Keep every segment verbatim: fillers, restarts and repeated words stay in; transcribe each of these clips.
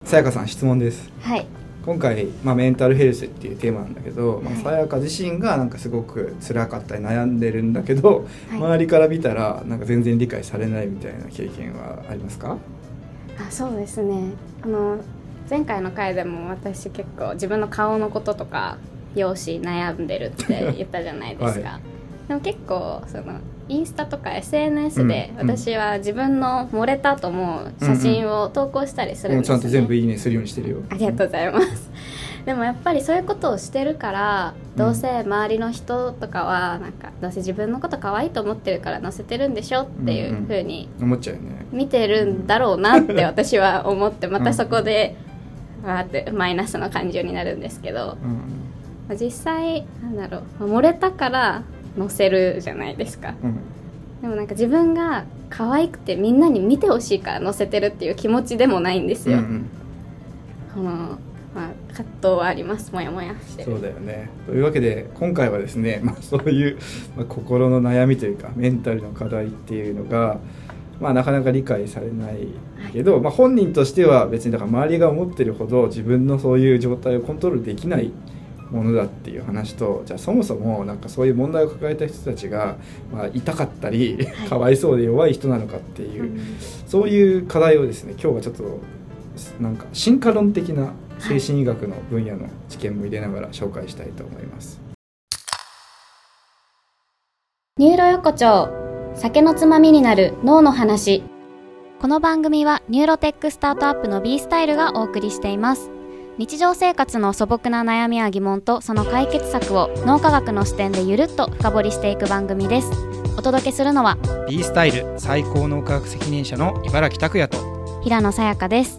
さやかさん、質問です。 はい。 今回、まあ、メンタルヘルスっていうテーマなんだけど、まあ、 はいさやか自身がなんかすごく辛かったり悩んでるんだけど、 はい、 周りから見たらなんか全然理解されないみたいな経験はありますか？ あ、そうですね。あの前回の回でも私結構自分の顔のこととか容姿悩んでるって言ったじゃないですか、はい、でも結構そのインスタとか エスエヌエス で私は自分の漏れたと思う写真を投稿したりするんですよね、 うんうん、ちゃんと全部いいねするようにしてるよ。 ありがとうございますでもやっぱりそういうことをしてるから、どうせ周りの人とかはなんかどうせ自分のこと可愛いと思ってるから載せてるんでしょっていう風に思っちゃうよね。 見てるんだろうなって私は思ってまたそこでわーってマイナスの感情になるんですけど、うん、実際なんだろう、漏れたから載せるじゃないですか、うん、でもなんか自分が可愛くてみんなに見てほしいから載せてるっていう気持ちでもないんですよ、うんうん、このまあ、葛藤はあります。もやもやしてる。 そうだよね。というわけで今回はですね、まあ、そういう、まあ、心の悩みというかメンタルの課題っていうのが、まあ、なかなか理解されないけど、はい、まあ、本人としては別にだから周りが思ってるほど自分のそういう状態をコントロールできないものだっていう話と、じゃあそもそもなんかそういう問題を抱えた人たちが、まあ、痛かったり、はい、かわいそうで弱い人なのかっていう、うん、そういう課題をですね、今日はちょっとなんか進化論的な精神医学の分野の知見も入れながら紹介したいと思います。 ニューロ横丁、酒のつまみになる脳の話。この番組はニューロテックスタートアップの B スタイルがお送りしています。日常生活の素朴な悩みや疑問とその解決策を脳科学の視点でゆるっと深掘りしていく番組です。お届けするのは B スタイル最高脳科学責任者の茨城拓也と平野さやかです。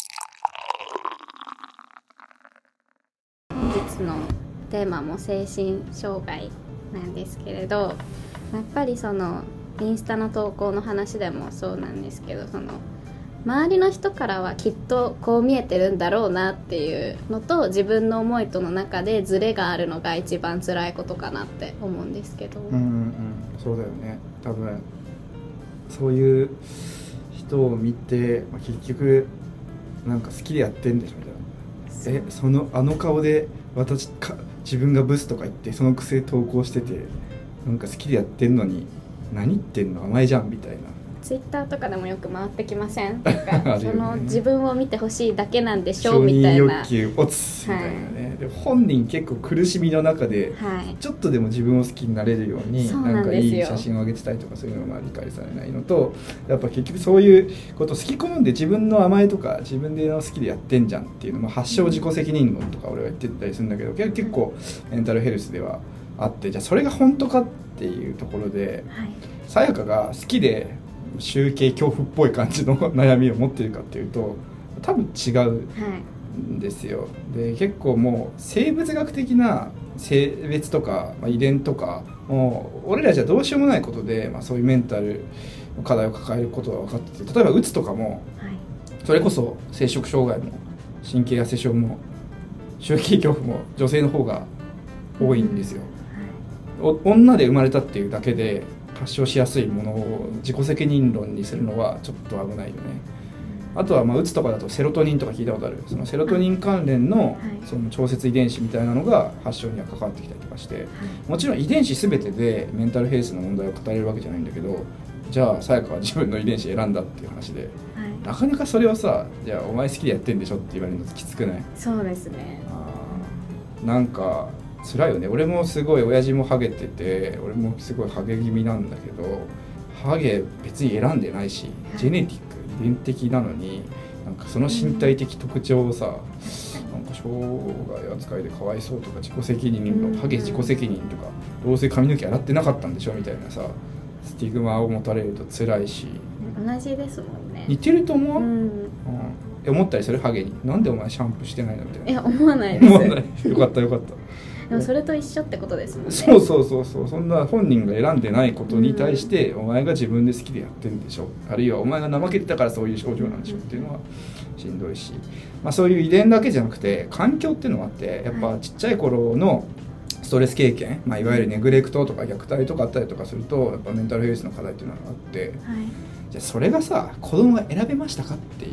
のテーマも精神障害なんですけれど、やっぱりそのインスタの投稿の話でもそうなんですけど、その周りの人からはきっとこう見えてるんだろうなっていうのと、自分の思いとの中でズレがあるのが一番辛いことかなって思うんですけど、 うんうん、そうだよね。多分そういう人を見て、まあ、結局なんか好きでやってんでしょみたいな。えそのあの顔で私か自分がブスとか言ってその癖投稿してて、なんか好きでやってんのに何言ってんの甘えじゃんみたいな。 ツイッターとかでもよく回ってきません？なんかその自分を見てほしいだけなんでしょうみたいな。 承認欲求オツみたいなね、はい、で本人結構苦しみの中で、はい、ちょっとでも自分を好きになれるようになんかいい写真を上げてたりとか、そういうのが理解されないのと、やっぱ結局そういうことを好き好んで自分の甘えとか自分で好きでやってんじゃんっていうのも発症自己責任論とか俺は言ってたりするんだけど、結構メンタルヘルスではあって、じゃあそれが本当かっていうところで、さやかが好きで集計恐怖っぽい感じの悩みを持っているかっていうと多分違うんですよ、はい、で結構もう生物学的な性別とか、まあ、遺伝とかもう俺らじゃどうしようもないことで、まあ、そういうメンタルの課題を抱えることが分かってて、例えばうつとかも、はい、それこそ摂食障害も神経痩せ症も集計恐怖も女性の方が多いんですよ、うんはい、女で生まれたっていうだけで発症しやすいものを自己責任論にするのはちょっと危ないよね。あとはまあうつとかだとセロトニンとか聞いたことある。そのセロトニン関連のその調節遺伝子みたいなのが発症には関わってきたりとかして、もちろん遺伝子全てでメンタルヘルスの問題を語れるわけじゃないんだけど、じゃあさやかは自分の遺伝子選んだっていう話で、なかなかそれをさ、じゃあお前好きでやってんでしょって言われるのきつくない？ そうですね。 あなんか辛いよね。俺もすごい親父もハゲてて、俺もすごいハゲ気味なんだけど、ハゲ別に選んでないし、ジェネティック遺伝的なのに、なんかその身体的特徴をさ、なんか障害扱いでかわいそうとか自己責任のハゲ自己責任とか、どうせ髪の毛洗ってなかったんでしょみたいなさ、スティグマを持たれると辛いし。 同じですもんね。 似てると思う？うん、うん、思ったりする？ハゲになんでお前シャンプーしてないのみたいな。 いや思わないです。 思わない。よかったよかった。 でもそれと一緒ってことですもんね。 そうそうそうそう。そんな本人が選んでないことに対して、うん、お前が自分で好きでやってるんでしょ、あるいはお前が怠けてたからそういう症状なんでしょっていうのはしんどいし、まあ、そういう遺伝だけじゃなくて環境っていうのがあって、やっぱちっちゃい頃のストレス経験、まあ、いわゆるネグレクトとか虐待とかあったりとかすると、やっぱメンタルヘルスの課題っていうのがあって、はい、じゃあそれがさ子供が選べましたかっていう話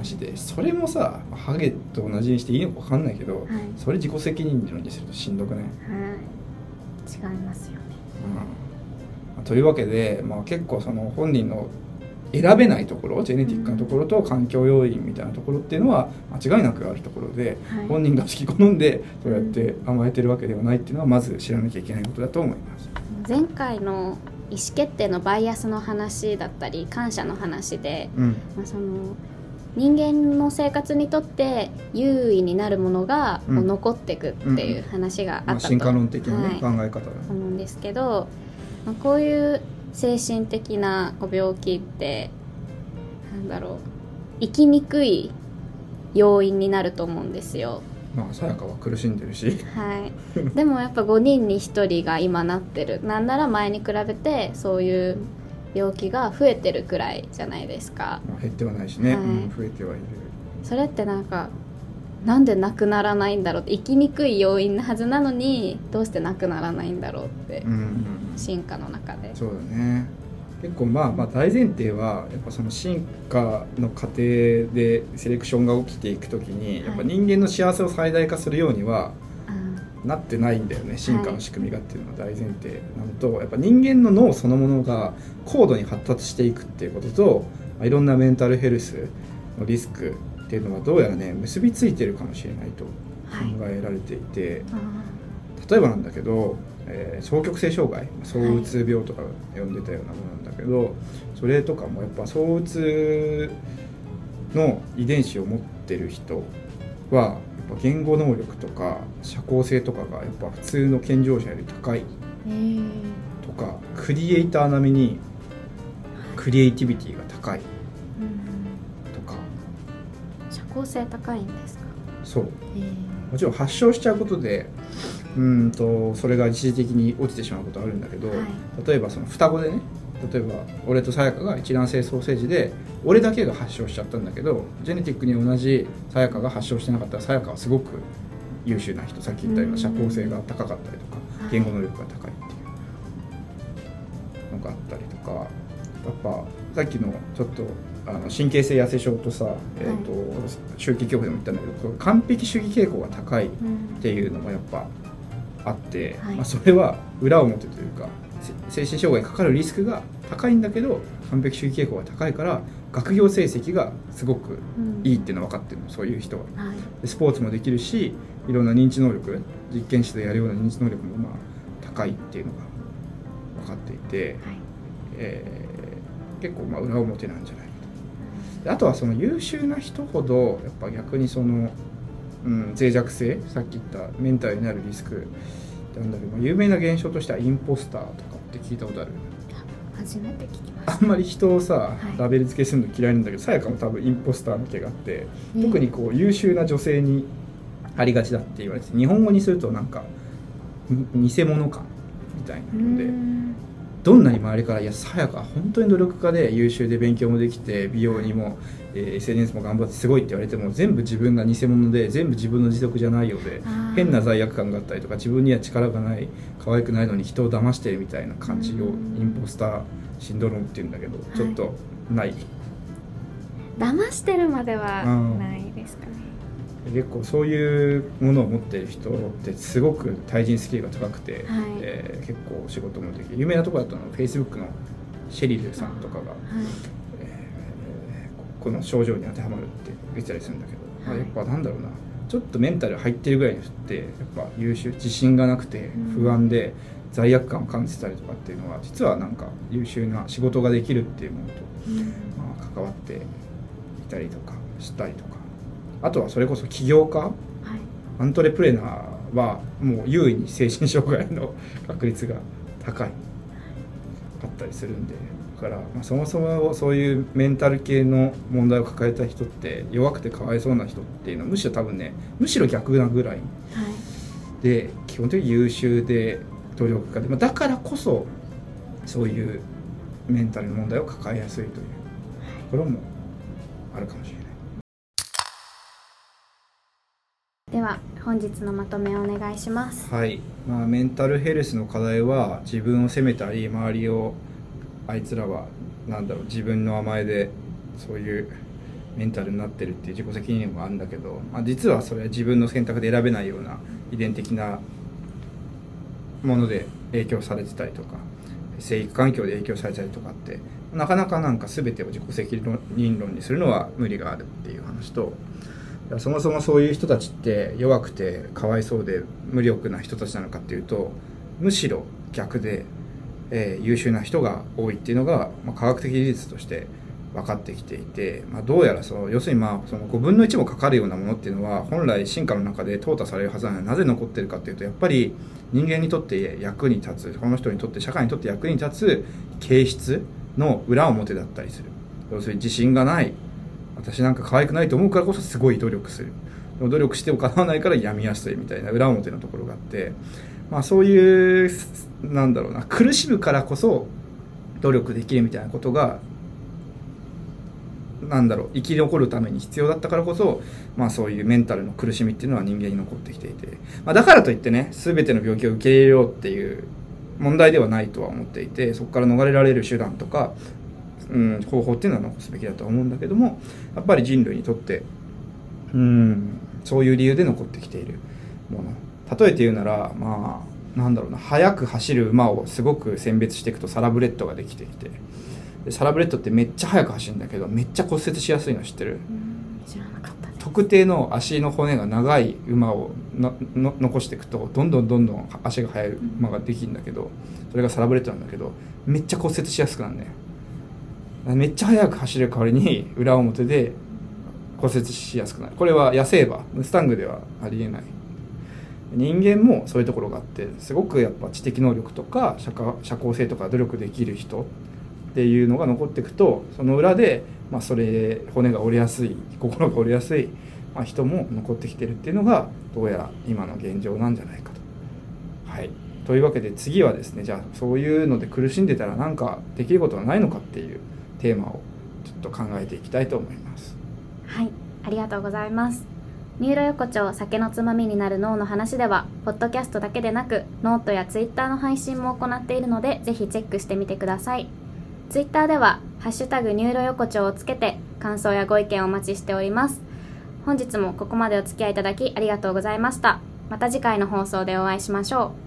話で、それもさハゲと同じにしていいのか分かんないけど、はい、それ自己責任論にするとしんどくない？はい、 違いますよね、 うん、というわけで、まあ、結構その本人の選べないところ、ジェネティックなところと環境要因みたいなところっていうのは間違いなくあるところで、はい、本人が好き好んでそうやって甘えてるわけではないっていうのはまず知らなきゃいけないことだと思います。 前回の意思決定のバイアスの話だったり感謝の話で、うん、まあ、その人間の生活にとって優位になるものがこう残っていくっていう話があったと、うんうん、まあ、 進化論的な、ね、はい、考え方だ思うんですけど、まあ、こういう精神的な病気ってなんだろう、生きにくい要因になると思うんですよ。 まあさやかは苦しんでるし、 はい、でもやっぱごにんにひとりが今なってる、なんなら前に比べてそういう病気が増えてるくらいじゃないですか。 まあ、減ってはないしね、はい、うん、増えてはいる。 それってなんかなんでなくならないんだろうって、生きにくい要因なはずなのにどうしてなくならないんだろうって、うんうん、進化の中で。 そうだね。結構まあまあ大前提はやっぱその進化の過程でセレクションが起きていくときにやっぱ人間の幸せを最大化するようにはなってないんだよね、進化の仕組みがっていうのは大前提なのと、やっぱ人間の脳そのものが高度に発達していくっていうことと、いろんなメンタルヘルスのリスクっていうのはどうやらね結びついてるかもしれないと考えられていて、はい、例えばなんだけど、えー、双極性障害、躁うつ病とか呼んでたようなものなんだけど、はい、それとかもやっぱ躁うつの遺伝子を持ってる人はやっぱ言語能力とか社交性とかがやっぱ普通の健常者より高いとか、クリエイター並みにクリエイティビティが高いとか。 社交性高いんですか？ そう、もちろん発症しちゃうことでうんとそれが一時的に落ちてしまうことあるんだけど、はい、例えばその双子でね、例えば俺とさやかが一卵性双生児で俺だけが発症しちゃったんだけど、ジェネティックに同じさやかが発症してなかったらさやかはすごく優秀な人、さっき言ったような社交性が高かったりとか言語能力が高いっていうのがあったりとか、やっぱさっきのちょっとあの神経性痩せ症とさ、えーとはい、周期恐怖でも言ったんだけど、完璧主義傾向が高いっていうのもやっぱあって、はい、まあ、それは裏表というか精神障害にかかるリスクが高いんだけど完璧主義傾向が高いから学業成績がすごくいいっていうのは分かってるの、うん、そういう人は、はい、スポーツもできるしいろんな認知能力、実験室でやるような認知能力もまあ高いっていうのが分かっていて、はい、えー、結構まあ裏表なんじゃないかと。あとはその優秀な人ほどやっぱ逆にその、うん、脆弱性、さっき言ったメンタルになるリスクなんだけど、有名な現象としてはインポスターとかって聞いたことある？ 初めて聞きました。 あんまり人をさ、はい、ラベル付けするの嫌いなんだけど、さやかも多分インポスターの毛があって、えー、特にこう優秀な女性にありがちだって言われてて、日本語にするとなんか偽物感みたいなので、どんなに周りからいやさやか本当に努力家で優秀で勉強もできて美容にも、えー、エスエヌエス も頑張ってすごいって言われても全部自分が偽物で全部自分の自得じゃないようで変な罪悪感があったりとか、自分には力がない、可愛くないのに人を騙してるみたいな感じをインポスターシンドロームっていうんだけど、ちょっとない、はい、 騙してるまではないですかね。 結構そういうものを持っている人ってすごく対人スキルが高くて、はい、えー、結構仕事もできる。有名なところだったのは Facebook のシェリルさんとかが、はい、えー、この症状に当てはまるって言ってたりするんだけど、はい、やっぱなんだろうな、ちょっとメンタル入ってるぐらいの人ってやっぱ優秀、自信がなくて不安で罪悪感を感じたりとかっていうのは実はなんか優秀な仕事ができるっていうものと、うん、まあ、関わっていたりとかしたりとか、あとはそれこそ起業家、はい、アントレプレナーはもう優位に精神障害の確率が高いかったりするんで、だから、まあ、そもそもそういうメンタル系の問題を抱えた人って弱くてかわいそうな人っていうのはむしろ多分ね、むしろ逆なぐらい、はい、で基本的に優秀で努力家で、だからこそそういうメンタルの問題を抱えやすいというところもあるかもしれない。 では本日のまとめをお願いします。 はい、まあ、メンタルヘルスの課題は自分を責めたり、周りをあいつらはなんだろう自分の甘えでそういうメンタルになってるっていう自己責任もあるんだけど、まあ、実はそれは自分の選択で選べないような遺伝的なもので影響されてたりとか、生育環境で影響されたりとかって、なかなかなんか全てを自己責任論にするのは無理があるっていう話と、そもそもそういう人たちって弱くてかわいそうで無力な人たちなのかっていうと、むしろ逆で、えー、優秀な人が多いっていうのが、まあ、科学的事実として分かってきていて、まあ、どうやらその要するにまあそのごぶんのいちもかかるようなものっていうのは本来進化の中で淘汰されるはずなのに、なぜ残ってるかっていうと、やっぱり人間にとって役に立つ、この人にとって社会にとって役に立つ形質の裏表だったりする。要するに自信がない、私なんか可愛くないと思うからこそすごい努力する、でも努力しても叶わないから病みやすいみたいな裏表のところがあって、まあ、そういうなんだろうな、苦しむからこそ努力できるみたいなことがなんだろう生き残るために必要だったからこそ、まあ、そういうメンタルの苦しみっていうのは人間に残ってきていて、まあ、だからといってね全ての病気を受け入れようっていう問題ではないとは思っていて、そこから逃れられる手段とか、うん、方法っていうのは残すべきだと思うんだけども、やっぱり人類にとって、うん、そういう理由で残ってきているもの、例えて言うなら、まあなんだろうな、速く走る馬をすごく選別していくとサラブレッドができてきて、でサラブレッドってめっちゃ速く走るんだけどめっちゃ骨折しやすいの知ってる？ 知らなかったね。 特定の足の骨が長い馬をのの残していくとどんどんどんどん足が速い馬ができるんだけど、それがサラブレッドなんだけどめっちゃ骨折しやすくなるね。めっちゃ速く走る代わりに裏表で骨折しやすくなる。これは野生馬ムスタングではありえない。人間もそういうところがあって、すごくやっぱ知的能力とか社交性とか努力できる人っていうのが残っていくと、その裏で、まあ、それ骨が折れやすい、心が折れやすい、まあ、人も残ってきてるっていうのがどうやら今の現状なんじゃないかと。はい、というわけで次はですね、じゃあそういうので苦しんでたら何かできることはないのかっていうテーマをちょっと考えていきたいと思います。 はい、ありがとうございます。ニューロ横丁酒のつまみになる脳の話ではポッドキャストだけでなくノートやツイッターの配信も行っているので、ぜひチェックしてみてください。ツイッターではハッシュタグニューロ横丁をつけて感想やご意見をお待ちしております。本日もここまでお付き合いいただきありがとうございました。また次回の放送でお会いしましょう。